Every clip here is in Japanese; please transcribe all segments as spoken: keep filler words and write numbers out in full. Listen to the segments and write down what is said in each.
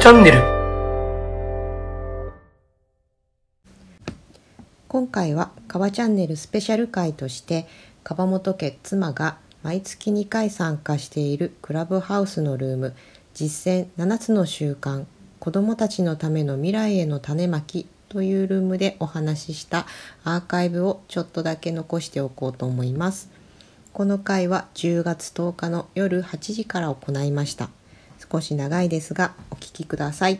チャンネル。 今回はかばチャンネルスペシャル回として樺本家妻が毎月にかい参加しているクラブハウスのルーム実践ななつの習慣子どもたちのための未来への種まきというルームでお話ししたアーカイブをちょっとだけ残しておこうと思います。この回はじゅうがつとおかの夜はちじから行いました。少し長いですがお聞きください。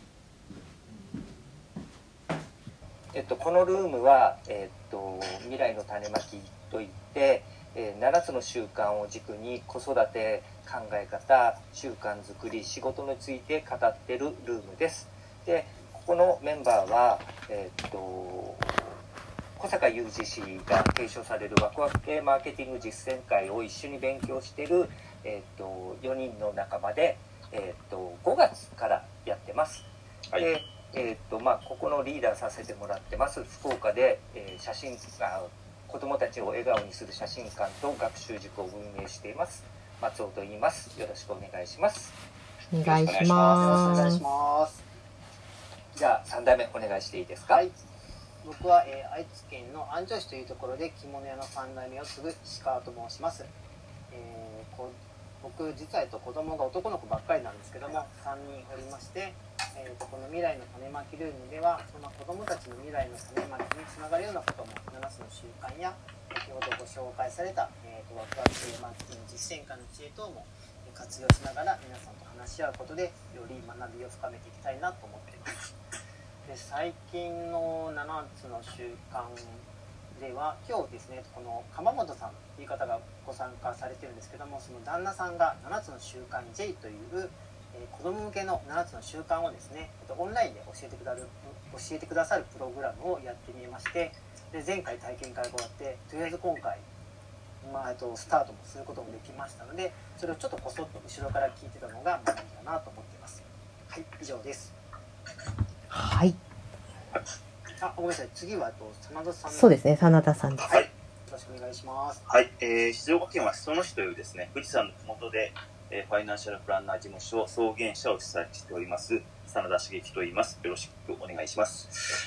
えっと、このルームは、えっと、未来の種まきといって、えー、ななつの習慣を軸に子育て考え方習慣づくり仕事について語っているルームです。でここのメンバーは、えっと、小坂雄二氏が提唱されるワクワク系マーケティング実践会を一緒に勉強している、えっと、よにんの仲間で、えっと、ごがつからやってます。 はい。 でえーとまあ、ここのリーダーさせてもらってます福岡で、えー、写真あ子どもたちを笑顔にする写真館と学習塾を運営しています松尾と言います。よろしくお願いします。 お願いします。 よろしくお願いします。 じゃあさんだいめお願いしていいですか。 はい、僕は、えー、愛知県の安城市というところで着物屋のさんだいめを継ぐ石川と申します。えー、こ僕実は、えっと、子供が男の子ばっかりなんですけどもさんにんおりまして、えー、とこの未来の種まきルームではその子供たちの未来の種まきにつながるようなこともななつの習慣や先ほどご紹介された、えー、とワクワク系マーケティング実践会の知恵等も活用しながら皆さんと話し合うことでより学びを深めていきたいなと思っています。で最近のななつの習慣では今日ですねこの鎌本さんという方がご参加されてるんですけどもその旦那さんがななつの習慣 J という、えー、子ども向けのななつの習慣をですねオンラインで教えてくだる教えてくださるプログラムをやってみましてで前回体験会が終わってとりあえず今回、まあ、とスタートもすることもできましたのでそれをちょっとこそっと後ろから聞いてたのが学びだなと思っています。はい、以上です。 はい。 あ、ごめんなさい。次はと真田さん。 そうですね、真田さんです。 はい。よろしくお願いします。 はい、えー、静岡県は裾野市というですね、富士山の麓で、えー、ファイナンシャルプランナー事務所草原社を主催しております真田茂樹と言います。よろしくお願いします。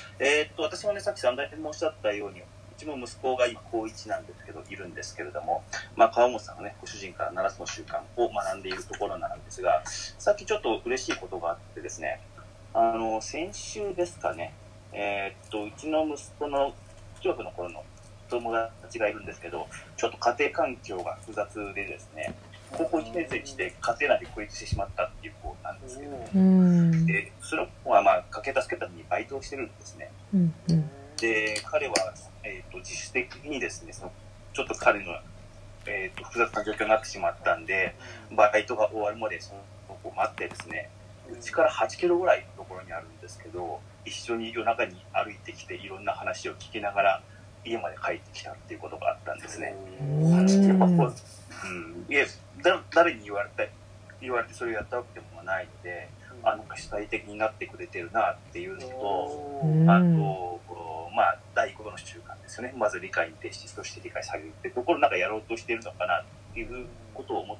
えー、っと私もねさっきさんだいめもおっしゃったように、うちも息子が今高いちなんですけどいるんですけれども、まあ川本さんがねご主人からななつの習慣を学んでいるところなんですが、さっきちょっと嬉しいことがあってですね、あの先週ですかね。えー、っとうちの息子の中学の頃の友達がいるんですけどちょっと家庭環境が複雑でですね高校いちねん生にして家庭内で孤立してしまったっていう子なんですけど、 うんでその子はまあ駆け助けたのにバイトをしてるんですね、 うんうん、 で彼は、えー、っと自主的にですねそのちょっと彼の、えー、っと複雑な状況になってしまったんでバイトが終わるまでその子を待ってですねうちからはちキロぐらいのところにあるんですけど一緒に夜中に歩いてきていろんな話を聞きながら家まで帰ってきたっていうことがあったんですね。はちキロ、うん、いやだ誰に言われて言われてそれをやったわけでもないので、うん、あなんか主体的になってくれてるなっていうのと、うん、あとまあ第一個の習慣ですよね。まず理解に徹しそして理解されるってところなんかやろうとしているのかなっていうことを思って、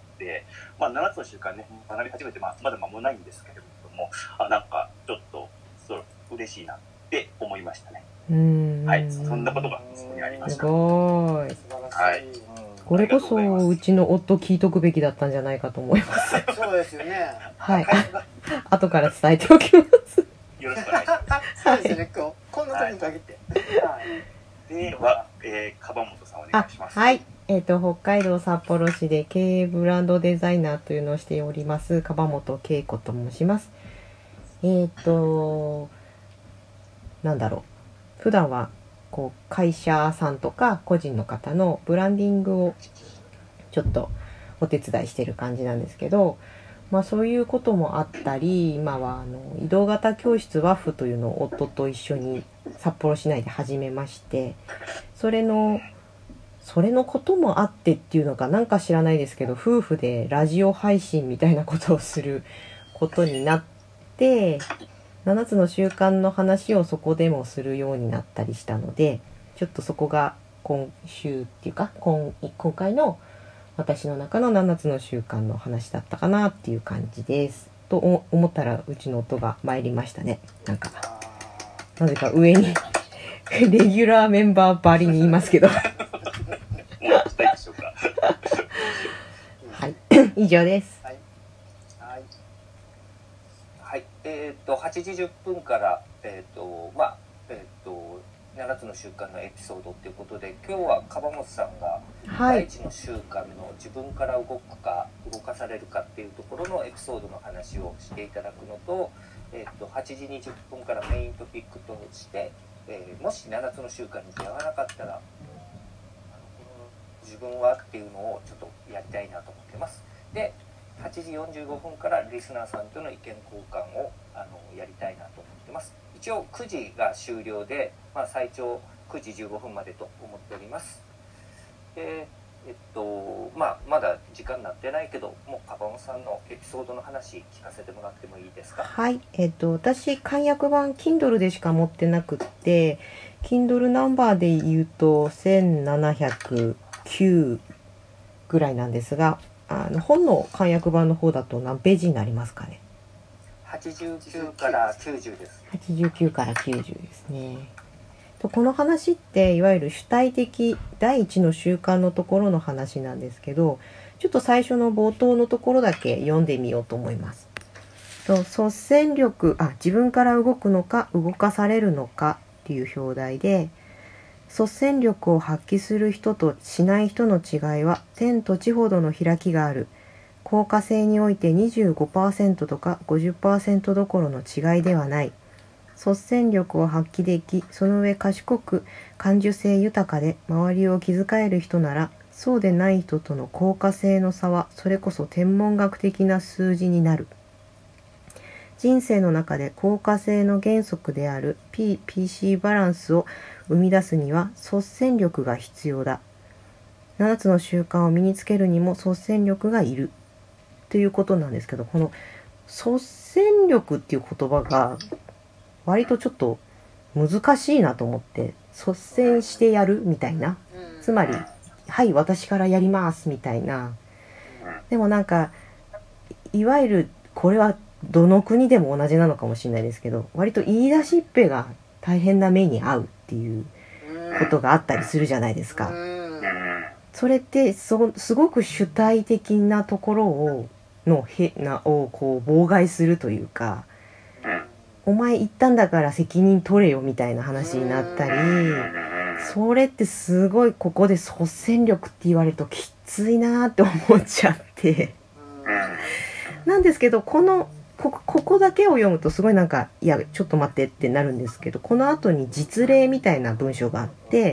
まあななつの習慣ね学び始めて、まあ、まだ間もないんですけれどもあなんかちょっとそう嬉しいなって思いましたね。 うんはい、そんなことがそこにありました。 すごい。 はい。 これこそうちの夫聞いとくべきだったんじゃないかと思います。 そうですよね。 はい。後から伝えておきます。 よろしくお願いします。 そうですね。今日こんな時に限って。 はい。では、えー、樺本さんお願いします。 はい。えっと、北海道札幌市で経営ブランドデザイナーというのをしております樺本恵子と申します。えっと、なんだろう。普段はこう会社さんとか個人の方のブランディングをちょっとお手伝いしてる感じなんですけど、まあそういうこともあったり、今はあの移動型教室ワッフというのを夫と一緒に札幌市内で始めまして、それのそれのこともあってっていうのかなんか知らないですけど、夫婦でラジオ配信みたいなことをすることになって、ななつの習慣の話をそこでもするようになったりしたので、ちょっとそこが今週っていうか 今, 今回の私の中のななつの習慣の話だったかなっていう感じです。 と思ったらうちの夫が参りましたね。なんかなぜか上にレギュラーメンバーばりに言いますけど。 もう聞きたいでしょうか。 はい、以上です。 はい。はい。 はい、えっ、ー、とはちじじゅっぷんからえっ、ー、とまあえっ、ー、とななつの習慣のエピソードということで、今日は樺本さんが第一の習慣の自分から動くか動かされるかっていうところのエピソードの話をしていただくのと、えっとはちじにじゅっぷんからメイントピックとして、えー、もしななつの習慣に出会わなかったらあの自分はっていうのをちょっとやりたいなと思ってます。ではちじよんじゅうごふんからリスナーさんとの意見交換をあのやりたいなと思ってます。一応くじが終了で、まあ、最長くじじゅうごふんまでと思っております。でえっとまあ、まだ時間になってないけど、もう樺本さんのエピソードの話聞かせてもらってもいいですか？ はい、えっと私簡約版 Kindle でしか持ってなくって、Kindle ナンバーで言うとせんななひゃくきゅうぐらいなんですが、あの本の簡約版の方だと何ページになりますかね？ はちじゅうきゅうからきゅうじゅうです。 はちじゅうきゅうからきゅうじゅうですね。この話っていわゆる主体的第一の習慣のところの話なんですけど、ちょっと最初の冒頭のところだけ読んでみようと思います。と率先力、あ、自分から動くのか動かされるのかっていう表題で、率先力を発揮する人としない人の違いは天と地ほどの開きがある。効果性において にじゅうごパーセント とか ごじゅっパーセント どころの違いではない。率先力を発揮でき、その上賢く感受性豊かで周りを気遣える人なら、そうでない人との効果性の差はそれこそ天文学的な数字になる。人生の中で効果性の原則である ピーピーシー バランスを生み出すには率先力が必要だ。ななつの習慣を身につけるにも率先力がいるということなんですけど、この率先力っていう言葉が割とちょっと難しいなと思って、率先してやるみたいな、つまりはい私からやりますみたいな。でもなんかいわゆるこれはどの国でも同じなのかもしれないですけど、割と言い出しっぺが大変な目に遭うっていうことがあったりするじゃないですか。それってそすごく主体的なところをのへなをこう妨害するというか、お前言ったんだから責任取れよみたいな話になったり、それってすごいここで率先力って言われるときついなって思っちゃってなんですけど、このこここだけを読むとすごいなんかいやちょっと待ってってなるんですけど、この後に実例みたいな文章があって、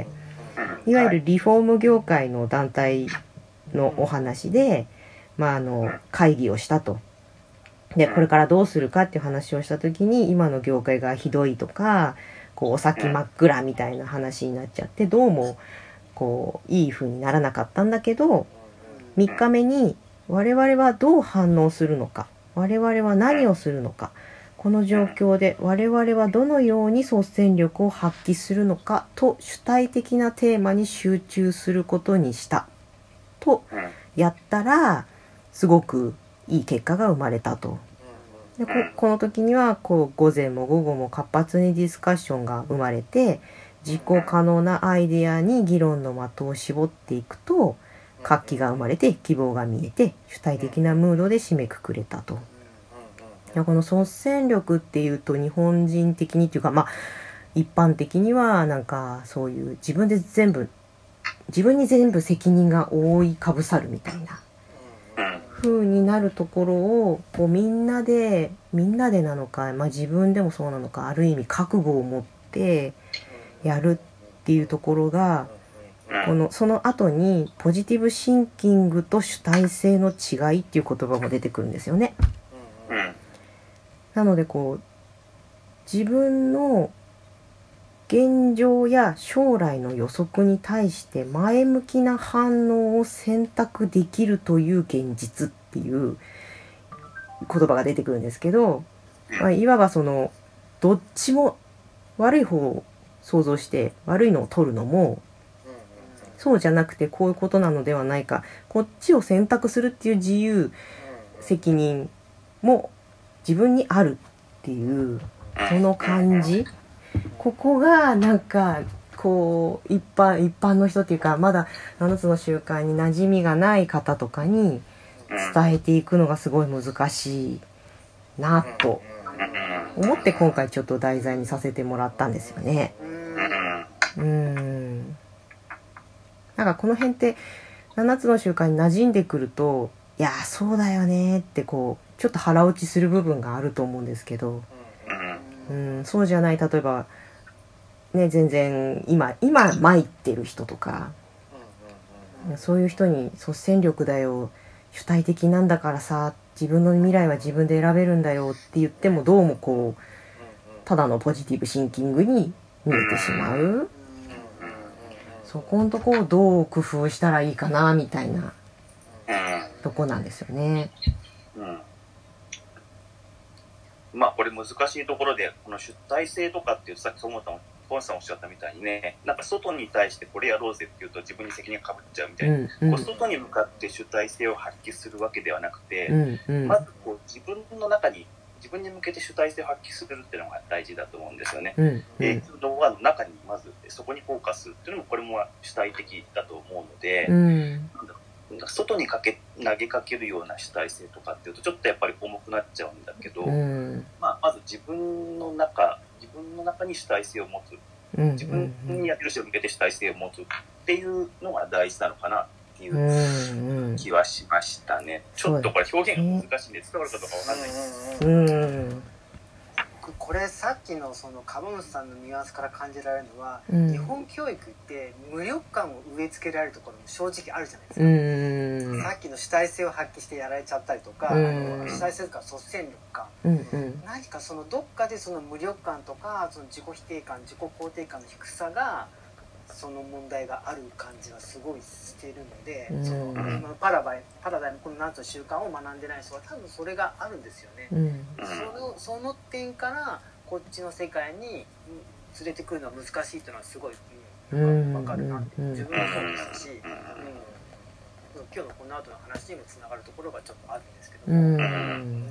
いわゆるリフォーム業界の団体のお話で、まあ、あの会議をしたと。でこれからどうするかっていう話をした時に、今の業界がひどいとか、こうお先真っ暗みたいな話になっちゃって、どうもこういい風にならなかったんだけど、みっかめに我々はどう反応するのか、我々は何をするのか、この状況で我々はどのように率先力を発揮するのかと主体的なテーマに集中することにしたとやったら、すごくいい結果が生まれたと。で こ, この時にはこう午前も午後も活発にディスカッションが生まれて、実行可能なアイデアに議論の的を絞っていくと、活気が生まれて希望が見えて、主体的なムードで締めくくれたと。いやこの率先力っていうと、日本人的にっていうか、まあ一般的にはなんかそういう自分で全部自分に全部責任が覆いかぶさるみたいな風になるところを、こうみんなでみんなでなのか、まあ、自分でもそうなのか、ある意味覚悟を持ってやるっていうところが、このその後にポジティブシンキングと主体性の違いっていう言葉も出てくるんですよね。なのでこう自分の現状や将来の予測に対して前向きな反応を選択できるという現実っていう言葉が出てくるんですけど、まあ、いわばそのどっちも悪い方を想像して悪いのを取るのも、そうじゃなくてこういうことなのではないか、こっちを選択するっていう自由責任も自分にあるっていうその感じ、ここがなんかこう一般一般の人っていうかまだななつの習慣に馴染みがない方とかに伝えていくのがすごい難しいなと思って今回ちょっと題材にさせてもらったんですよね。うーんなんかこの辺ってななつの習慣に馴染んでくるといやそうだよねってこうちょっと腹落ちする部分があると思うんですけど、うんそうじゃない例えばね全然今今参ってる人とかそういう人に率先力だよ主体的なんだからさ自分の未来は自分で選べるんだよって言ってもどうもこうただのポジティブシンキングに見えてしまう。そこのとこをどう工夫したらいいかなみたいなとこなんですよね。 うんまあこれ難しいところでこの主体性とかっていうさっき友田もポンさんおっしゃったみたいにねなんか外に対してこれやろうぜって言うと自分に責任かぶっちゃうみたいな、 うんうんこう外に向かって主体性を発揮するわけではなくて、 うんうんまずこう自分の中に自分に向けて主体性を発揮するっていうのが大事だと思うんですよね。 うんうんで動画の中にまずそこにフォーカスするっていうのもこれも主体的だと思うので、 うんなんだろう外にかけ投げかけるような主体性とかっていうとちょっとやっぱり重くなっちゃうんだけど、 うんまあ、まず自分の中自分の中に主体性を持つうん自分に矢印を向けて主体性を持つっていうのが大事なのかなっていうんううん気はしましたね。ちょっとこれ表現が難しいんで伝わるかどうかわかんないです。 うんこれさっきのその株主さんのニュアンスから感じられるのは、 うん日本教育って無力感を植え付けられるところも正直あるじゃないですうか、 んさっきの主体性を発揮してやられちゃったりとか、 うんあの主体性とか率先力感、 うんうん何かそのどっかでその無力感とかその自己否定感自己肯定感の低さがその問題がある感じがすごいしているので、 うんその今のパラダイムパラダイムこのななつの習慣を学んでない人は多分それがあるんですよね。 うんそのその点からこっちの世界に連れてくるのは難しいというのはすごい、うん、分かるなって、 うん自分もそうですし、うん、今日のこの後の話にもつながるところがちょっとあるんですけども、 うんうん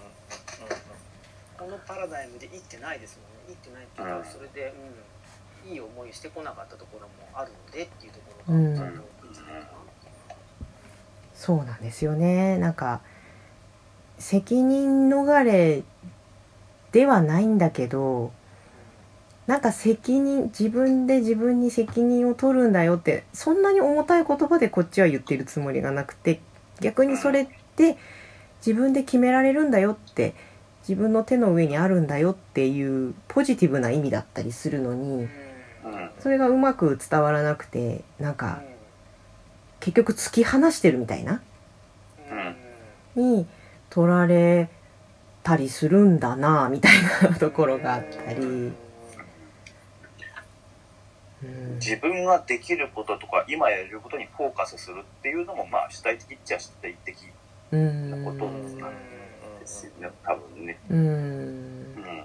このパラダイムで生きてないですもんね。生きてないっていうかそれで、うん、いい思いしてこなかったところもあるのでっていうところがちゃんといいんじゃないかな。 そうなんですよね。なんか責任逃れではないんだけどなんか責任自分で自分に責任を取るんだよってそんなに重たい言葉でこっちは言ってるつもりがなくて逆にそれって自分で決められるんだよって自分の手の上にあるんだよっていうポジティブな意味だったりするのにそれがうまく伝わらなくてなんか結局突き放してるみたいなに取られたりするんだなみたいなところがあったり、うん、 自分ができることとか今やれることにフォーカスするっていうのもまあ主体的っちゃ主体的なことなんですよね、多分ね。 うん、うんうんなん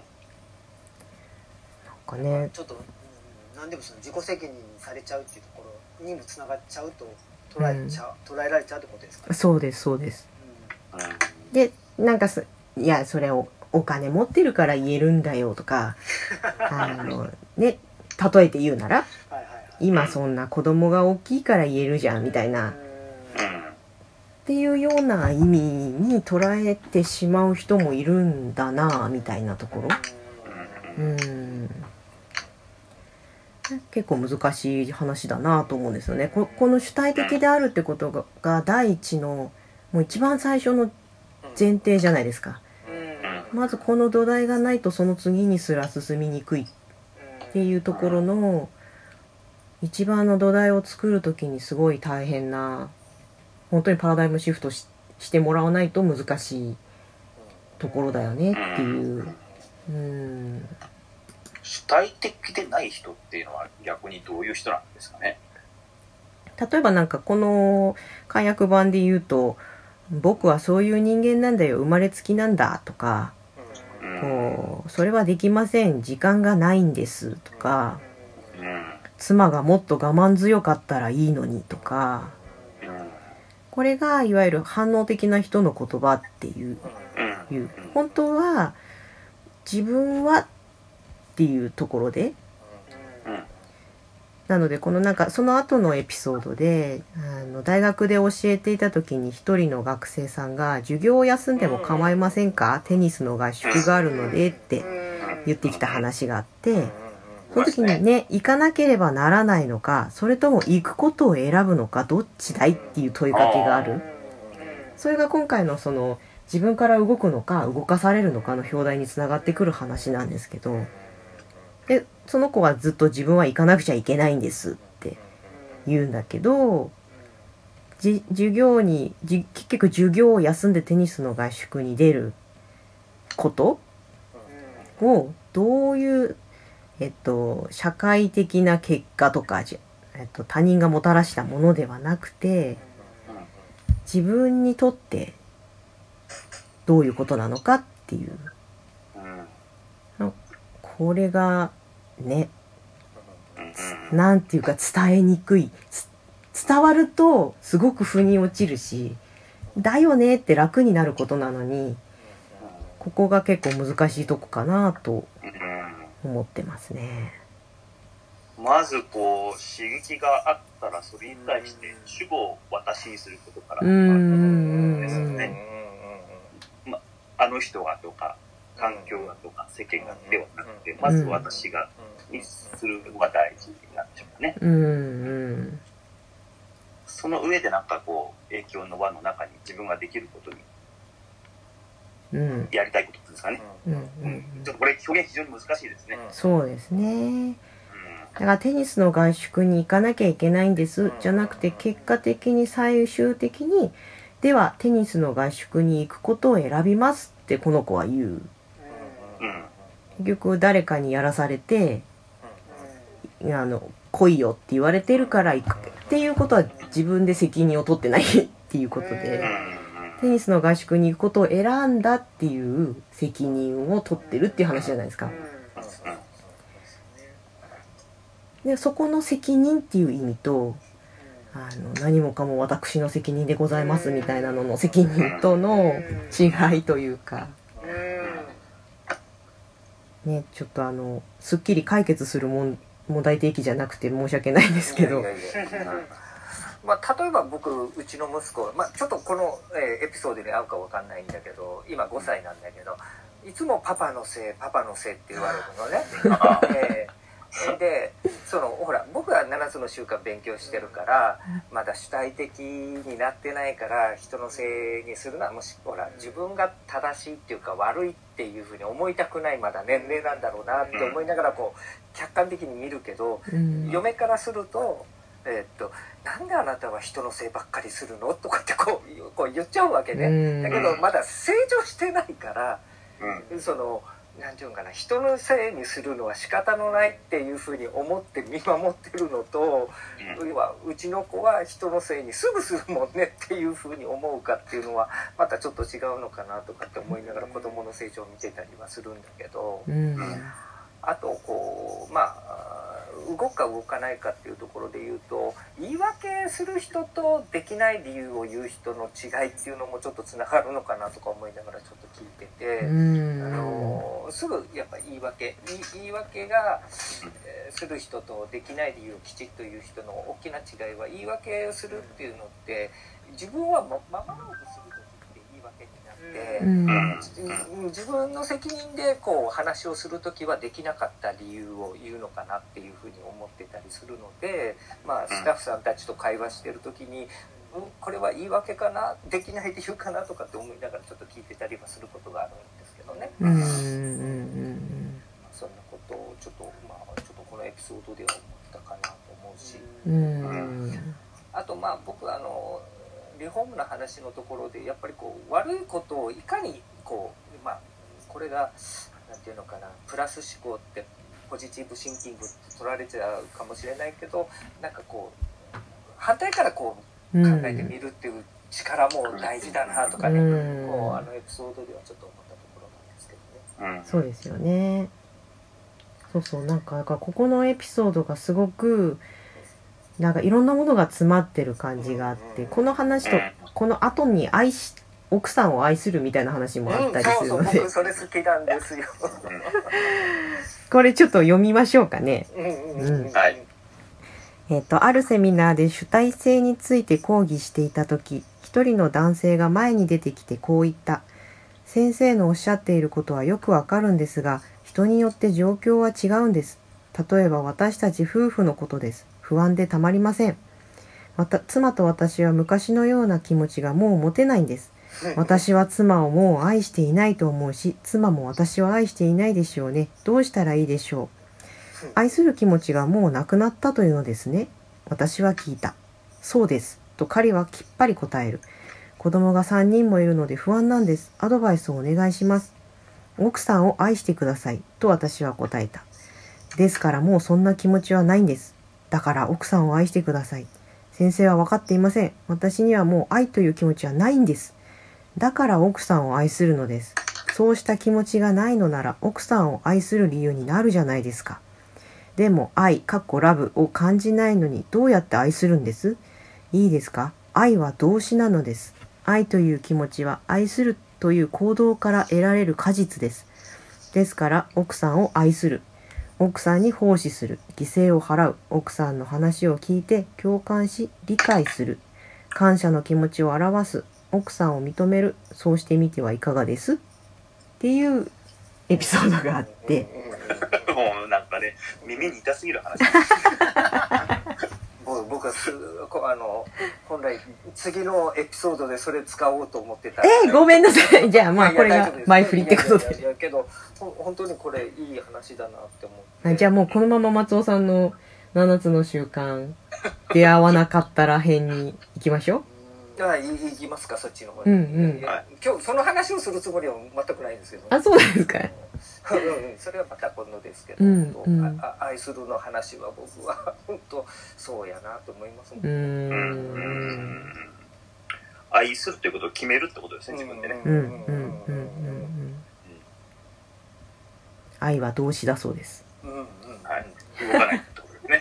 かねちょっと、うん、何でもその自己責任にされちゃうっていうところにもつながっちゃうと捉えちゃう、うん、捉えられちゃうってことですかね。 そうですそうです、 うん、 でなんかすいやそれをお金持ってるから言えるんだよとかあのね例えて言うならはいはいはい、 今そんな子供が大きいから言えるじゃんみたいなっていうような意味に捉えてしまう人もいるんだなみたいなところ、うん結構難しい話だなと思うんですよね。 こ, この主体的であるってことがが第一のもう一番最初の前提じゃないですか。まずこの土台がないとその次にすら進みにくいっていうところの一番の土台を作る時にすごい大変な本当にパラダイムシフト し, してもらわないと難しいところだよねっていう、うん、 主体的でない人っていうのは逆にどういう人なんですかね。 例えばなんかこの漢訳版で言うと僕はそういう人間なんだよ生まれつきなんだとかこうそれはできません時間がないんですとか妻がもっと我慢強かったらいいのにとかこれがいわゆる反応的な人の言葉っていういう本当は自分はっていうところでなのでこのなんかその後のエピソードであの大学で教えていた時に一人の学生さんが授業を休んでも構いませんかテニスの合宿があるのでって言ってきた話があってその時にね行かなければならないのかそれとも行くことを選ぶのかどっちだいっていう問いかけがあるそれが今回のその自分から動くのか動かされるのかの表題につながってくる話なんですけどでその子はずっと自分は行かなくちゃいけないんですって言うんだけどじ授業にじ結局授業を休んでテニスの合宿に出ることをどういう、えっと、社会的な結果とかじ、えっと、他人がもたらしたものではなくて自分にとってどういうことなのかっていうこれがねなんていうか伝えにくい伝わるとすごく腑に落ちるしだよねって楽になることなのにここが結構難しいとこかなと思ってますね。 まずこう刺激があったらそれに対して主語を私にすることから始まるですね。まあの人がとか環境がとか世間がではなくてまず私がにするのが大事なんでしょうかね。 うんうん、 その上でなんかこう影響の輪の中に自分ができることにやりたいことですかね。 うんうんうん、 ちょっとこれ表現非常に難しいですね。 そうですね。だからテニスの合宿に行かなきゃいけないんですじゃなくて結果的に最終的にではテニスの合宿に行くことを選びますってこの子は言う。うん、結局誰かにやらされてあの来いよって言われてるから行くっていうことは自分で責任を取ってないっていうことでテニスの合宿に行くことを選んだっていう責任を取ってるっていう話じゃないですか。でそこの責任っていう意味とあの何もかも私の責任でございますみたいなのの責任との違いというかねちょっとあのすっきり解決する問題提起じゃなくて申し訳ないんですけど。 いやいやいやまあ、例えば僕うちの息子、まあ、ちょっとこの、えー、エピソードに合うか分かんないんだけど今ごさいなんだけどいつもパパのせいパパのせいって言われるのね。えー、でそのほら僕はななつの習慣勉強してるからまだ主体的になってないから人のせいにするのはもしほら自分が正しいっていうか悪いっていうふうに思いたくないまだ年齢なんだろうなって思いながらこう客観的に見るけど、うん、嫁からすると。えー、っとなんであなたは人のせいばっかりするのとかってこう、こう言っちゃうわけね。だけどまだ成長してないから、うん、そのなんていうのかな人のせいにするのは仕方のないっていうふうに思って見守ってるのと、うん、要はうちの子は人のせいにすぐするもんねっていうふうに思うかっていうのはまたちょっと違うのかなとかって思いながら子供の成長を見てたりはするんだけど、うん、あとこうまあ動くか動かないかっていうところで言うと言い訳する人とできない理由を言う人の違いっていうのもちょっとつながるのかなとか思いながらちょっと聞いてて、あのすぐやっぱ言い訳言い訳が、えー、する人とできない理由をきちっと言う人の大きな違いは言い訳をするっていうのって自分は守ろうとする時って言い訳になって、うん、自分の責任でこう話をする時はできなかった理由を言うのかなっていうふうに思ってたりするので、まあ、スタッフさんたちと会話してる時に、うん、これは言い訳かなできない理由かなとかって思いながらちょっと聞いてたりはすることがあるんですけどね。うんうんうん、そんなことをちょっと、まあ、ちょっとこのエピソードでは思ったかなと思うし、うん、あとまあ僕あのリフォームの話のところでやっぱりこう悪いことをいかにこうまあこれがなんていうのかなプラス思考ってポジティブシンキングって取られちゃうかもしれないけどなんかこう反対からこう考えてみるっていう力も大事だなとかね、うん、こうあのエピソードではちょっと思ったところなんですけどね。 うん、そうですよね。そうそうなんかここのエピソードがすごくなんかいろんなものが詰まってる感じがあってこの話とこの後に愛し奥さんを愛するみたいな話もあったりするので、 うん、そうそう、僕それ好きなんですよ。 これちょっと読みましょうかね。 うんうんうん、 はい。 えっと、あるセミナーで主体性について講義していた時、一人の男性が前に出てきてこう言った。先生のおっしゃっていることはよくわかるんですが、人によって状況は違うんです。例えば私たち夫婦のことです。不安でたまりません。また、妻と私は昔のような気持ちがもう持てないんです。私は妻をもう愛していないと思うし、妻も私を愛していないでしょうね。どうしたらいいでしょう。愛する気持ちがもうなくなったというのですね。私は聞いた。そうです。と彼はきっぱり答える。子供がさんにんもいるので不安なんです。アドバイスをお願いします。奥さんを愛してください。と私は答えた。ですからもうそんな気持ちはないんです。だから奥さんを愛してください。先生は分かっていません。私にはもう愛という気持ちはないんです。だから奥さんを愛するのです。そうした気持ちがないのなら奥さんを愛する理由になるじゃないですか。でも愛、かっこラブを感じないのにどうやって愛するんです？いいですか？愛は動詞なのです。愛という気持ちは愛するという行動から得られる果実です。ですから奥さんを愛する。奥さんに奉仕する。犠牲を払う。奥さんの話を聞いて共感し理解する。感謝の気持ちを表す。奥さんを認める。そうしてみてはいかがです？っていうエピソードがあって、 もうなんかね、耳に痛すぎる話。 僕はすあの本来次のエピソードでそれ使おうと思ってた。 えー、ごめんなさい。じゃあまあこれが前振りってことで。 いやけど本当にこれいい話だなって思って。 じゃあもうこのまま松尾さんのななつの習慣出会わなかったら編に行きましょう。 あ、いきますか、そっちの方に。 うんうん、 いや今日その話をするつもりは全くないんですけど。 あ、そうなんですか。 うん、それはまた今度ですけど、 うんうん、 あ愛するの話は僕は本当そうやなと思いますもん。 うーん、 愛するということを決めるってことですね、自分でね。 うんうんうんうんうん。愛は動詞だそうです。 うんうん、はい、 動かないってことですね。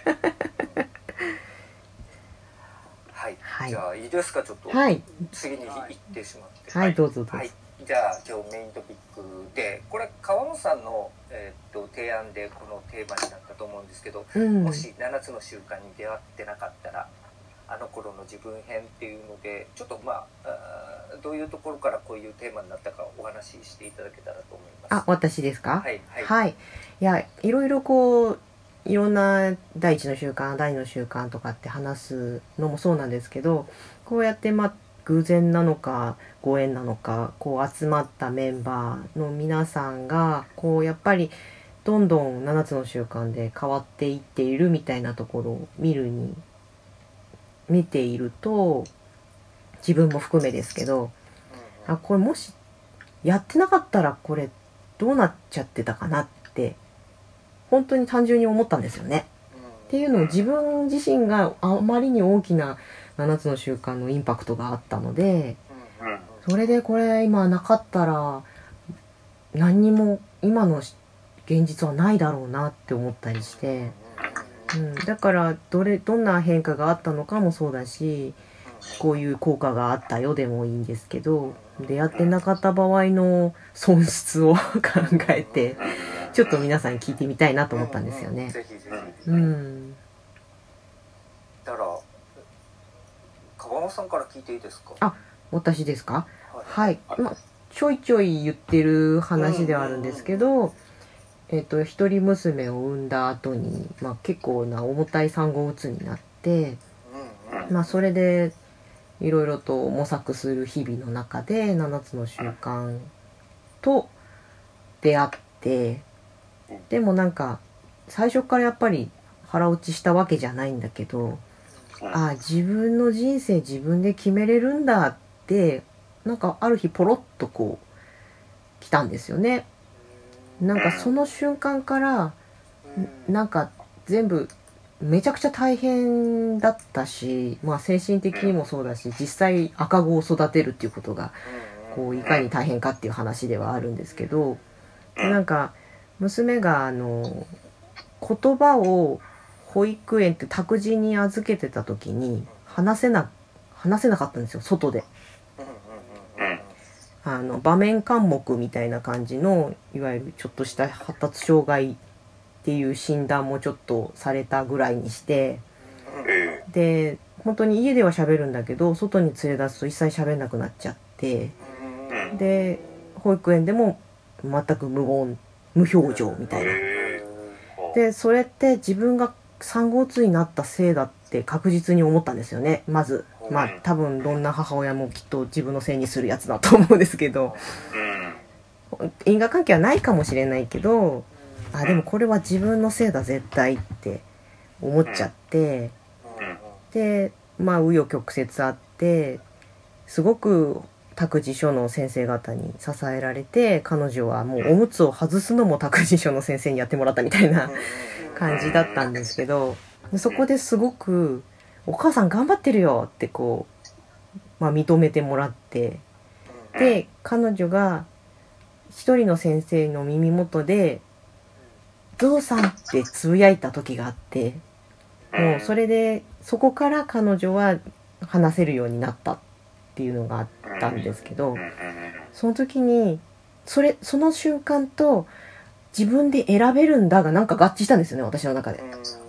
はい、 はい、 じゃあいいですか、ちょっと、 はい、 次に行ってしまって。 はい、どうぞどうぞ。 はい、じゃあ今日メイントピックで、これ川本さんの、えー、っと提案でこのテーマになったと思うんですけど、うん、もしななつの習慣に出会ってなかったらあの頃の自分編っていうので、ちょっとまあ、あどういうところからこういうテーマになったかお話ししていただけたらと思います。 あ、私ですか？ はい、はい、 はい、いや、いろいろこういろんな第一の習慣、第二の習慣とかって話すのもそうなんですけど、こうやってまあ偶然なのかご縁なのか、こう集まったメンバーの皆さんがこうやっぱりどんどんななつの習慣で変わっていっているみたいなところを見るに見ていると、自分も含めですけど、あ、これもしやってなかったらこれどうなっちゃってたかなって本当に単純に思ったんですよね。っていうのを自分自身があまりに大きなななつの習慣のインパクトがあったので、それでこれ今なかったら何にも今の現実はないだろうなって思ったりして、うん、だからどれどんな変化があったのかもそうだし、こういう効果があったよでもいいんですけど、出会ってなかった場合の損失を考えてちょっと皆さんに聞いてみたいなと思ったんですよね。 ぜひぜひ。 うん。 だから川本さんから聞いていいですか？ あ、私ですか？ はい。 はい。まあちょいちょい言ってる話ではあるんですけど、えっと一人娘を産んだ後に、まあ結構な重たい産後うつになって、まあそれでいろいろと模索する日々の中でななつの習慣と出会って、でもなんか最初からやっぱり腹落ちしたわけじゃないんだけど、ああ自分の人生自分で決めれるんだってなんかある日ポロッとこう来たんですよね。なんかその瞬間からなんか全部めちゃくちゃ大変だったし、まあ精神的にもそうだし、実際赤子を育てるっていうことがこういかに大変かっていう話ではあるんですけど、なんか娘があの言葉を保育園って託児に預けてた時に話せな話せなかったんですよ、外で。 あの場面緘黙みたいな感じのいわゆるちょっとした発達障害っていう診断もちょっとされたぐらいにして、で本当に家では喋るんだけど外に連れ出すと一切喋んなくなっちゃって、で保育園でも全く無言無表情みたいな。でそれって自分が産後うつになったせいだって確実に思ったんですよね。まずまあ多分どんな母親もきっと自分のせいにするやつだと思うんですけど、因果関係はないかもしれないけど、あでもこれは自分のせいだ絶対って思っちゃって、でまあ紆余曲折あってすごく託児所の先生方に支えられて、彼女はもうおむつを外すのも託児所の先生にやってもらったみたいな感じだったんですけど、そこですごくお母さん頑張ってるよってこう、まあ、認めてもらって、で彼女が一人の先生の耳元でゾウさんってつぶやいた時があって、もうそれでそこから彼女は話せるようになったっていうのがあったんですけど、その時にそれその瞬間と自分で選べるんだがなんか合致したんですよね、私の中で。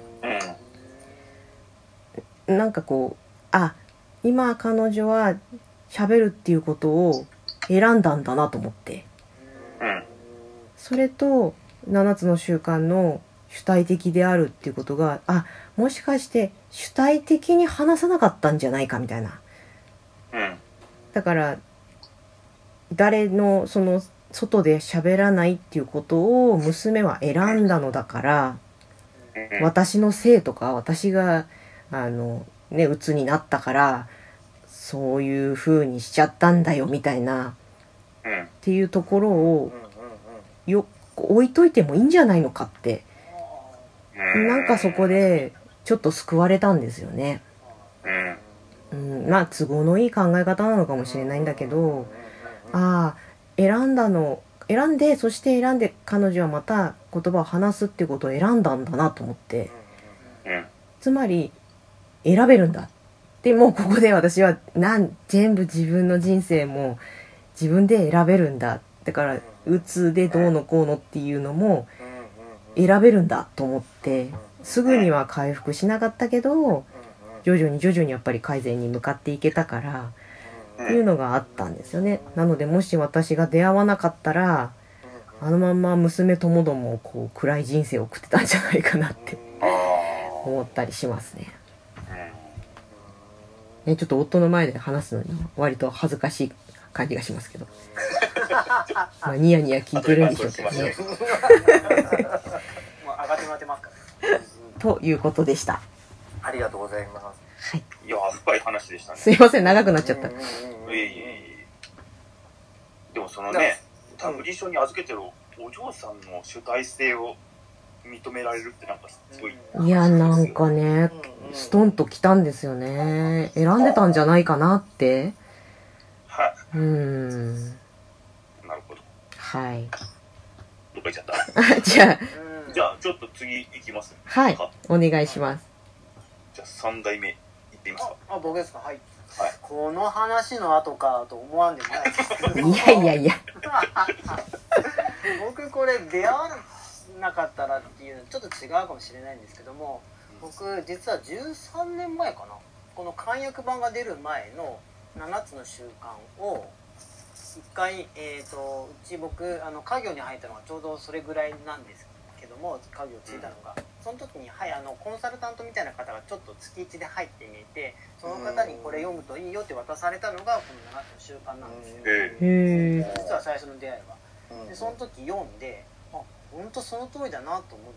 なんかこう、あ今彼女は喋るっていうことを選んだんだなと思って、それとななつの習慣の主体的であるっていうことが、あもしかして主体的に話さなかったんじゃないかみたいな。だから誰のその外で喋らないっていうことを娘は選んだのだから、私のせいとか私があのね鬱になったからそういう風にしちゃったんだよみたいなっていうところをよ置いといてもいいんじゃないのかって、なんかそこでちょっと救われたんですよね。うん、まあ都合のいい考え方なのかもしれないんだけど、ああ選んだの選んで、そして選んで彼女はまた言葉を話すっていうことを選んだんだなと思って、つまり選べるんだ。でもうここで私はなん全部自分の人生も自分で選べるんだ。だからうつでどうのこうのっていうのも選べるんだと思って、すぐには回復しなかったけど徐々に徐々にやっぱり改善に向かっていけたからっていうのがあったんですよね。なのでもし私が出会わなかったらあのまんま娘ともどもこう暗い人生を送ってたんじゃないかなって思ったりしますね。ね、ちょっと夫の前で話すのに割と恥ずかしい感じがしますけどまあニヤニヤ聞いてるんでしょうけどねもう上がってもらってますからということでした。 ありがとうございます。 はい。 いや深い話でしたね。 すいません長くなっちゃった。 いえいえいえ。でもそのね託児所に預けてるお嬢さんの主体性を認められるってなんかすごい。 いやなんかねストンときたんですよね。選んでたんじゃないかなって。 はい。 うーん。 なるほど。 はい。 どっか行っちゃった。 じゃあじゃあちょっと次行きます。 はいお願いします。 じゃあさん代目行ってみますか。 あ、僕ですか。はい。 はい。 この話の後かと思わんでもないですけど。 いやいやいや。 僕これ出会わなかったらっていうのちょっと違うかもしれないんですけども、僕実はじゅうさんねんまえかな、この簡約版が出る前のななつの習慣を一回、えー、とうち僕あの家業に入ったのがちょうどそれぐらいなんですけども、家業ついたのがその時に、はい、あのコンサルタントみたいな方がちょっと月いちで入ってみて、その方にこれ読むといいよって渡されたのがこのななつの習慣なんですよ。 えへえ。 実は最初の出会いはでその時読んで、あ本当その通りだなと思って、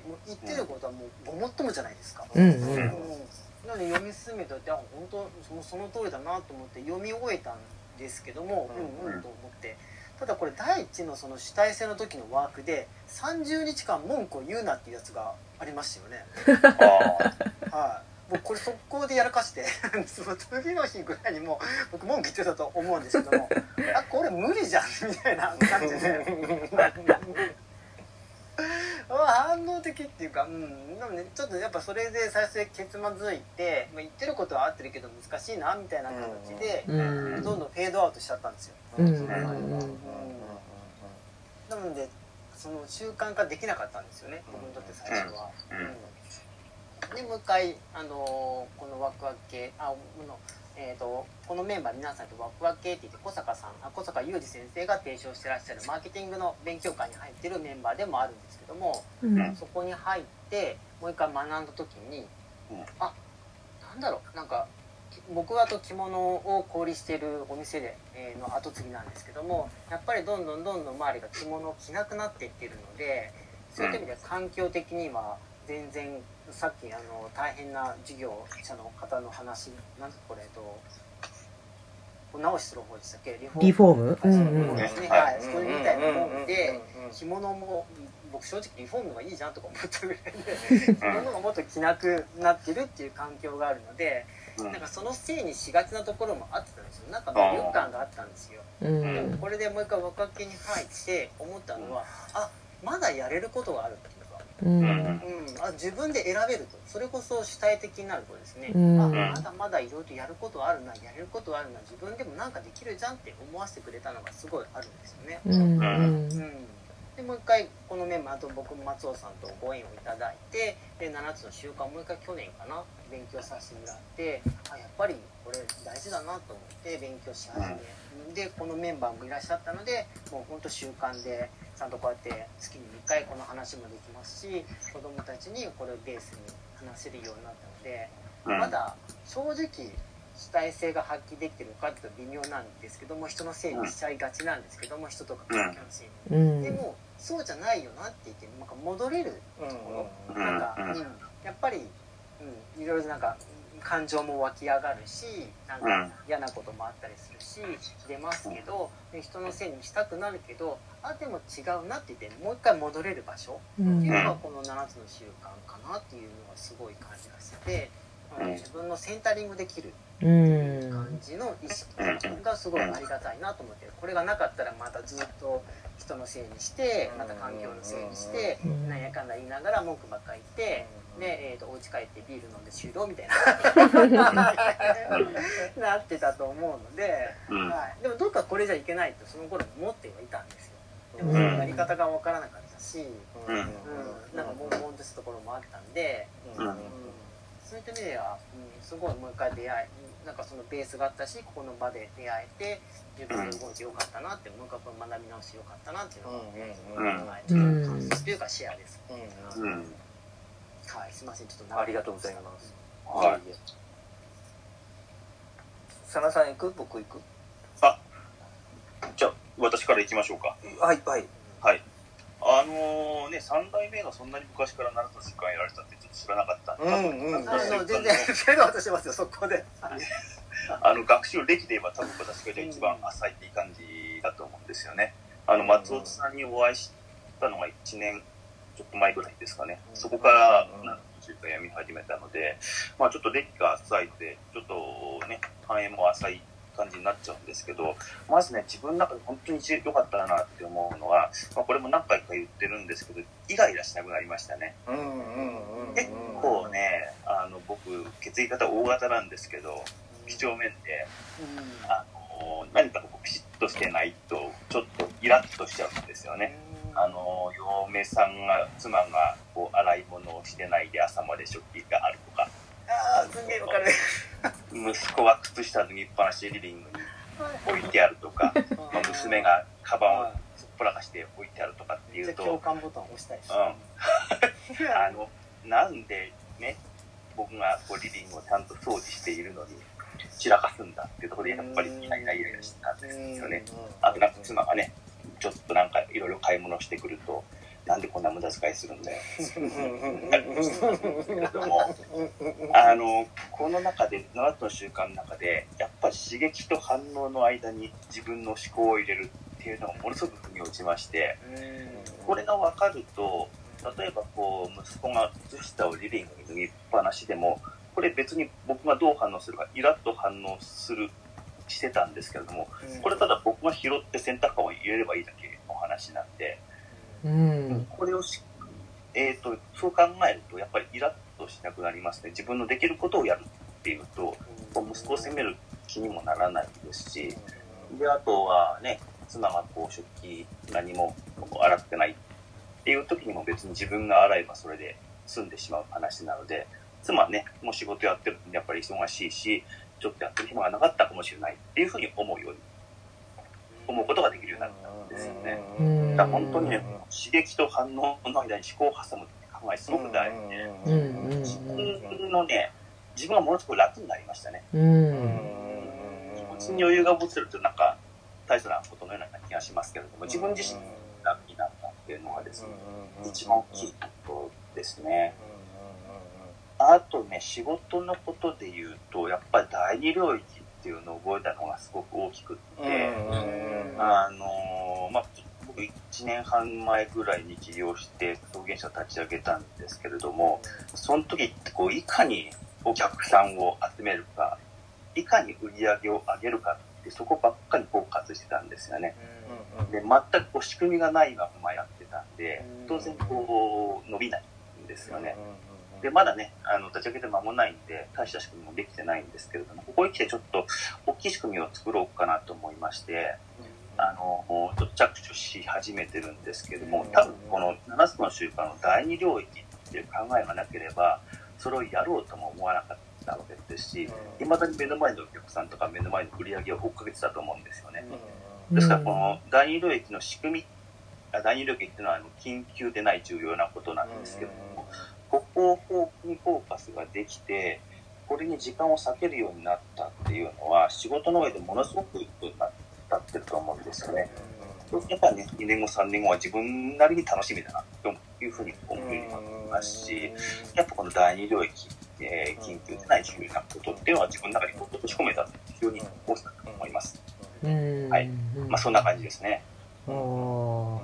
もう言ってることはもうごもっともじゃないですか。 うんうん。 うん、なので読み進めておいて、あ本当もうその通りだなと思って読み終えたんですけども、うんうんと思って、ただこれ第一のその主体性の時のワークでさんじゅうにちかん文句を言うなっていうやつがありましたよね。はい、僕これ速攻でやらかしてその次の日ぐらいにもう僕文句言ってたと思うんですけどもあこれ無理じゃんみたいな感じで反応的っていうか、うん、でもね、ちょっとやっぱそれで最初でケツまずいて、まあ、言ってることは合ってるけど難しいなみたいな形で、 うん、 どんどんフェードアウトしちゃったんですよ。 うん、 その前は、うん、なのでその習慣化できなかったんですよね、僕にとって最初は。うん、でもう一回、あのー、このワクワク系あのえー、とこのメンバー皆さんとワクワク系って言って小坂さんあ小坂雄二先生が提唱してらっしゃるマーケティングの勉強会に入ってるメンバーでもあるんですけども、うん、そこに入ってもう一回学んだ時に、うん、あなんだろうなんか僕はと着物を小売りしてるお店で、えー、の後継ぎなんですけどもやっぱりどんどんどんどん周りが着物を着なくなっていってるのでそういった意味で環境的には全然さっきあの大変な事業者の方の話なんですかこれと直しする方でしたっけリフォームリフォームですね、はい、それみたいなもんで着物も僕正直リフォームがいいじゃんとか思ったぐらいで着物がもっと着なくなってるっていう環境があるのでなんかそのせいにしがちなところもあってたんですよ。なんか魅力感があったんですよ。でもこれでもう一回若気に入って思ったのはあまだやれることがあるっていうか、うんうん、あ自分で選べるとそれこそ主体的になるとですね、うん、あまだまだいろいろとやることあるなやれることあるな自分でもなんかできるじゃんって思わせてくれたのがすごいあるんですよね。うんうんでもう一回このメンバーと僕も松尾さんとご縁をいただいてでななつの習慣をもう一回去年かな勉強させてもらってあやっぱりこれ大事だなと思って勉強し始めでこのメンバーもいらっしゃったのでもうほんと習慣でちゃんとこうやって月にいっかいこの話もできますし子どもたちにこれをベースに話せるようになったのでまだ正直主体性が発揮できてるかっていうと微妙なんですけども人のせいにしちゃいがちなんですけども人とか環境のせいに、うん、でもそうじゃないよなって言ってなんか戻れるところ、うん、なんか、うん、やっぱり、うん、いろいろなんか感情も湧き上がるしなんか嫌なこともあったりするし出ますけど人のせいにしたくなるけどあでも違うなって言ってもう一回戻れる場所っていうのがこのななつの習慣かなっていうのがすごい感じがして。自分のセンタリングできる感じの意識がすごいありがたいなと思ってこれがなかったらまたずっと人のせいにしてまた環境のせいにしてなんやかんだ言いながら文句ばっかり言ってで、えー、とお家帰ってビール飲んで終了みたいななってたと思うので、はい、でもどっかこれじゃいけないとその頃思ってはいたんですよ。でもそのやり方が分からなかったし、うんうん、なんか悶々としたところもあったんで、うんうんそういった意味では、うん、すごいもう一回出会いなんかそのベースがあったしここの場で出会えて自分で動いてよかったなってもう一回この学び直してよかったなっていうのが、うんはい、ちょっと感想というかシェアです、うんうん、はいすいませんちょっとありがとうございます。はい。佐野さん行く僕行くあじゃあ私から行きましょうか。 はいはいはいあのー、ね、さん代目がそんなに昔からななつの習慣やられてたってちょっと知らなかったんで、うんうん、 あの全然フェードアウトしてますよそこであの学習歴で言えば多分私が一番浅いっていい感じだと思うんですよね。あの松尾さんにお会いしたのがいちねんちょっと前ぐらいですかね。そこからななつの習慣やみ始めたので、まあ、ちょっと歴が浅いのでちょっとね反映も浅い感じになっちゃうんですけどまずね自分の中で本当に良かったなって思うのは、まあ、これも何回か言ってるんですけどイライラしなくなりましたね。結構ねあの僕血液型大型なんですけど几帳面であの何かこうピシッとしてないとちょっとイラッとしちゃうんですよね。あの嫁さんが妻がこう洗い物をしてないで朝まで食器があるとかあーすげえわかる息子は靴下脱ぎっぱなしでリビングに置いてあるとか、まあ、娘がカバンをすっぽらかして置いてあるとかっていうと共感ボタン押したいです、 うん、あのなんでね僕がこうリビングをちゃんと掃除しているのに散らかすんだっていうところでやっぱりイライライライラしてたんですよね。あとなんか妻がねちょっとなんかいろいろ買い物してくるとなんでこんな無駄遣いするんだよあのこの中でななつの習慣の中でやっぱり刺激と反応の間に自分の思考を入れるっていうのがものすごく腑に落ちましてこれが分かると例えばこう息子が靴下をリビングに脱ぎっぱなしでもこれ別に僕がどう反応するかイラッと反応するしてたんですけれどもこれただ僕が拾って洗濯カゴに入れればいいだけの話なんで、うん、これをしえーと、そう考えるとやっぱりイラッとしなくなりますね。自分のできることをやるっていうと、息子を責める気にもならないですし、であとはね、妻がこう食器何も洗ってないっていう時にも別に自分が洗えばそれで済んでしまう話なので、妻はね、もう仕事やってるんでやっぱり忙しいし、ちょっとやってる暇がなかったかもしれないっていうふうに思うように思うことができるようになったんですよね。だから本当にね、刺激と反応の間に思考を挟むって考えすごく大事で、自分のね、自分がものすごく楽になりましたね。気持ちに余裕が持てるとなんか大切なことのような気がしますけれども、自分自身が楽になったっていうのがですね、一番大きいことですね。あとね、仕事のことで言うと、やっぱり第二領域っていうのを覚えたのがすごく大きくって、あのまあ僕いちねんはん前ぐらいに起業して表現者を立ち上げたんですけれども、その時ってこういかにお客さんを集めるか、いかに売り上げを上げるかって、そこばっかりフォーカスしてたんですよね。で全くこう仕組みがないままやってたんで、当然こう伸びないんですよね。でまだね、あの立ち上げて間もないんで大した仕組みもできてないんですけれども、ここに来てちょっと大きい仕組みを作ろうかなと思いまして、あのちょっと着手し始めてるんですけども、多分このななつの習慣の第二領域っていう考えがなければそれをやろうとも思わなかったわけですし、いまだに目の前のお客さんとか目の前の売り上げを追っかけてたと思うんですよね。ですからこの第二領域の仕組み、第二領域っていうのは緊急でない重要なことなんですけども、ここをにフォーカスができて、これに時間を割けるようになったっていうのは仕事の上でものすごく立ってると思うんですよね。やっぱりね、にねんごさんねんごは自分なりに楽しみだなというふうに思いますし、やっぱこの第二領域、えー、緊急でない重要なことっていうのは自分の中に落とし込めた非常に大きかったと思います。はい、まあそんな感じですね。 はい、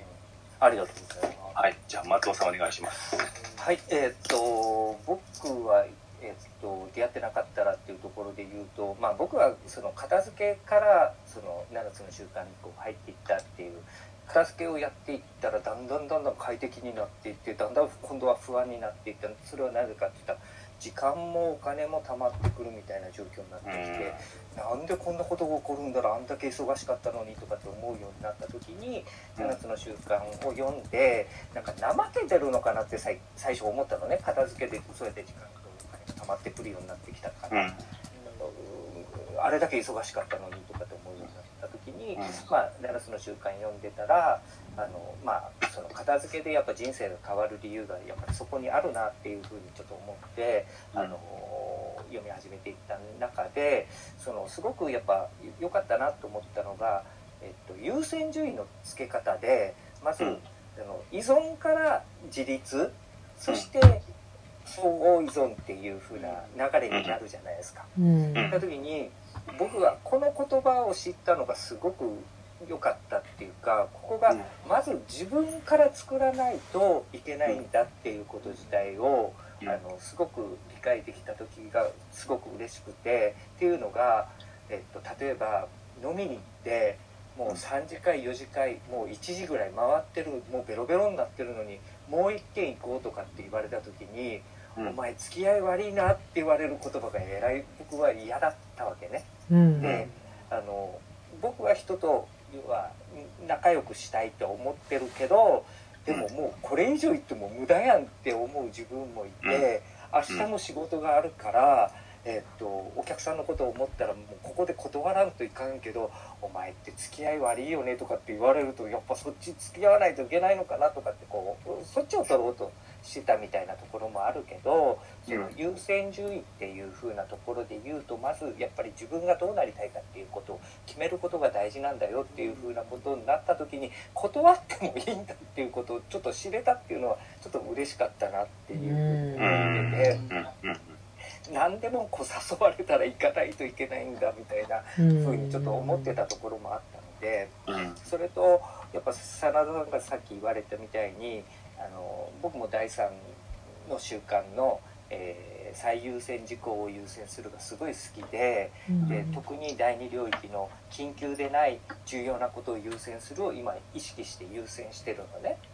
ありがとうございます。 はい、じゃあ松尾さんお願いします。 はい、えー、っと僕は、えー、っと出会ってなかったらっていうところで言うと、まあ、僕はその片付けからそのななつの習慣にこう入っていったっていう、片付けをやっていったらだんだんだんだん快適になっていって、だんだん今度は不安になっていった。それはなぜかっていったら時間もお金も溜まってくるみたいな状況になってきて、なんでこんなことが起こるんだろう、あんだけ忙しかったのにとかって思うようになった時にななつの習慣を読んで、なんか怠けてるのかなって最最初思ったのね。片付けでそうやって時間とお金が溜まってくるようになってきたから、うん、あれだけ忙しかったのにとかって思うようになった時に、まあななつの習慣読んでたら、あのまあその片付けでやっぱ人生が変わる理由がやっぱりそこにあるなっていうふうにちょっと思って、あの読み始めていった中で、そのすごくやっぱ良かったなと思ったのが、えっと、優先順位のつけ方で、まず、うん、あの依存から自立、そして相互依存っていう風な流れになるじゃないですか。そういった時に僕はこの言葉を知ったのがすごく良かったっていうか、ここがまず自分から作らないといけないんだっていうこと自体をあのすごく理解できた時がすごく嬉しくて、っていうのが、えっと、例えば飲みに行ってもうさんじかいよじかいもういちじぐらい回ってる、もうベロベロになってるのにもう一軒行こうとかって言われた時に、うん、お前付き合い悪いなって言われる言葉がえらい僕は嫌だったわけね。うん、であの僕は人とは仲良くしたいと思ってるけど、でももうこれ以上言っても無駄やんって思う自分もいて、明日も仕事があるから、えっと、お客さんのことを思ったらもうここで断らんといかんけど、お前って付き合い悪いよねとかって言われると、やっぱそっち付き合わないといけないのかなとかってこうそっちを取ろうとしてたみたいなところもあるけど、その優先順位っていう風なところで言うと、まずやっぱり自分がどうなりたいかっていうことを決めることが大事なんだよっていう風なことになった時に、断ってもいいんだっていうことをちょっと知れたっていうのはちょっと嬉しかったなっていう風に思ってて、何でもこう誘われたら行かないといけないんだみたいな風にちょっと思ってたところもあったので、それとやっぱ真田さんがさっき言われたみたいに、あの僕もだいさんの習慣の、えー、最優先事項を優先するがすごい好きで、で特にだいに領域の緊急でない重要なことを優先するを今意識して優先してるのね。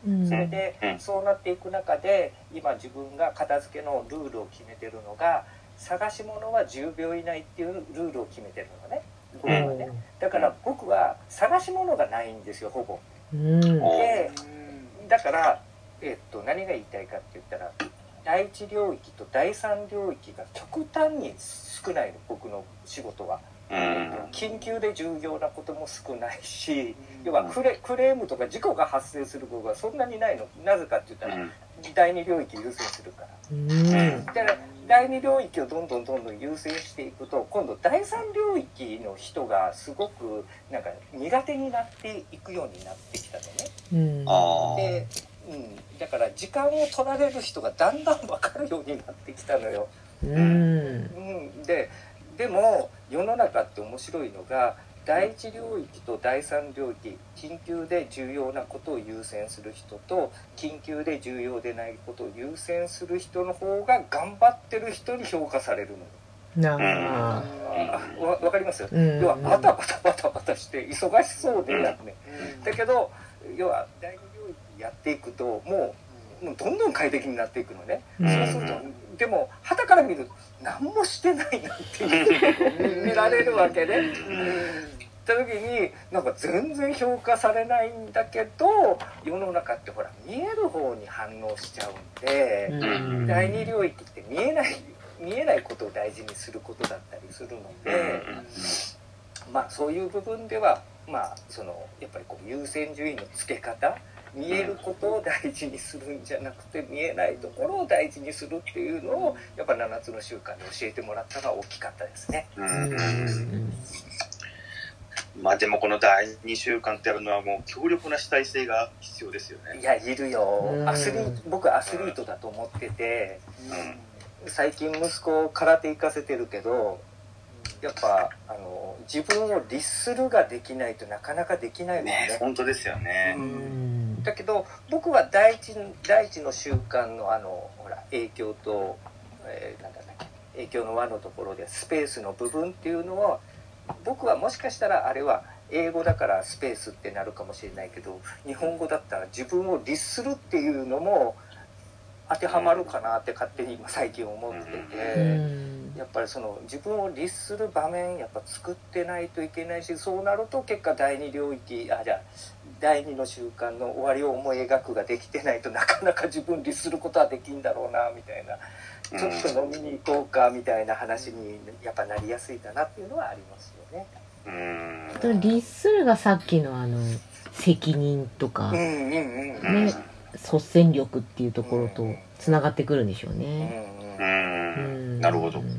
うんそれで、 うんそうなっていく中で今自分が片付けのルールを決めてるのが、探し物はじゅうびょう以内っていうルールを決めてるのね、僕はね。だから僕は探し物がないんですよ、ほぼ。 うんでだから、えっと、何が言いたいかって言ったら、第一領域と第三領域が極端に少ないの、僕の仕事は。 うん緊急で重要なことも少ないし、要はクレ、クレームとか事故が発生することがそんなにないの。なぜかって言ったら、第二領域優先するから。 うんだから第二領域をどんどんどんどん優先していくと、今度第三領域の人がすごくなんか苦手になっていくようになってきたのね。 うんあで、うん、だから時間を取られる人がだんだん分かるようになってきたのよ。 うんうん、ででも世の中って面白いのが、第一領域と第三領域、緊急で重要なことを優先する人と緊急で重要でないことを優先する人の方が頑張ってる人に評価されるのよ。 なああわ分かりますよ、 うん要はバタバタバタバタして忙しそうでやるね、だけど要は第二領域やっていくともうもうどんどん快適になっていくのね、 うんそうするとでも傍から見ると何もしてないなっていう見られるわけね、うんった時になんか全然評価されないんだけど、世の中ってほら見える方に反応しちゃうんで、 うん第二領域って見えない見えないことを大事にすることだったりするので、まあそういう部分ではまあそのやっぱりこう優先順位のつけ方、見えることを大事にするんじゃなくて見えないところを大事にするっていうのをやっぱななつの習慣で教えてもらったのが大きかったですね。 うんうんまあでもこのだいに習慣ってやるのはもう強力な主体性が必要ですよね。 いやいるよ、 うんアスリート僕アスリートだと思ってて、 うん最近息子を空手行かせてるけど、やっぱあの自分を律するができないとなかなかできないもんね。 ね、本当ですよね。 ううんんだけど僕は第一第一の習慣のあのほら影響と、えーなんだっけ影響の輪のところでスペースの部分っていうのを、僕はもしかしたらあれは英語だからスペースってなるかもしれないけど、日本語だったら自分を律するっていうのも当てはまるかなって勝手に今最近思ってて、 うんやっぱりその自分を律する場面やっぱ作ってないといけないし、そうなると結果第二領域あじゃあ第二の習慣の終わりを思い描くができてないとなかなか自分律することはできんだろうなみたいな、ちょっと飲みに行こうかみたいな話にやっぱなりやすいかなっていうのはありますよね。 うんと律するがさっきのあの責任とか、 うんうんうんね、率先力っていうところとつながってくるんでしょううんね。 うんうんうんなるほど。 うん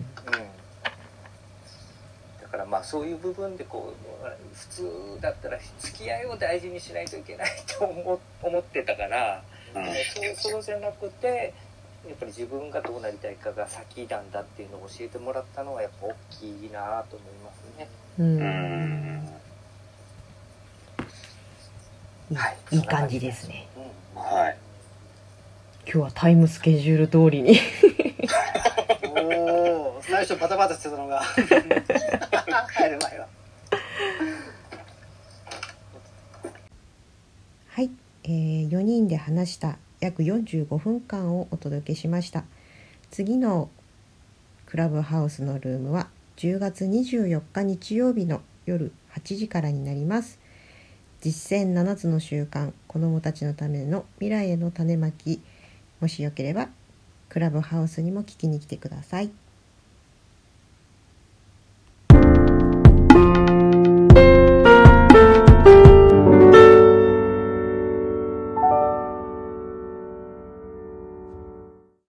だからまあそういう部分でこう普通だったら付き合いを大事にしないといけないと思思ってたから、 うんそうそうじゃなくてやっぱり自分がどうなりたいかが先なんだっていうのを教えてもらったのはやっぱ大きいなと思いますね。 うんうんいいはいいい感じですね。 うんはい。 今日はタイムスケジュール通りにおお、最初バタバタしてたのが帰る前は。 はい、えー、よにんで話した約よんじゅうごふんかんをお届けしました。次のクラブハウスのルームはじゅうがつにじゅうよっか日曜日の夜はちじからになります。実践ななつの習慣、子どもたちのための未来への種まき、もしよければクラブハウスにも聞きに来てください。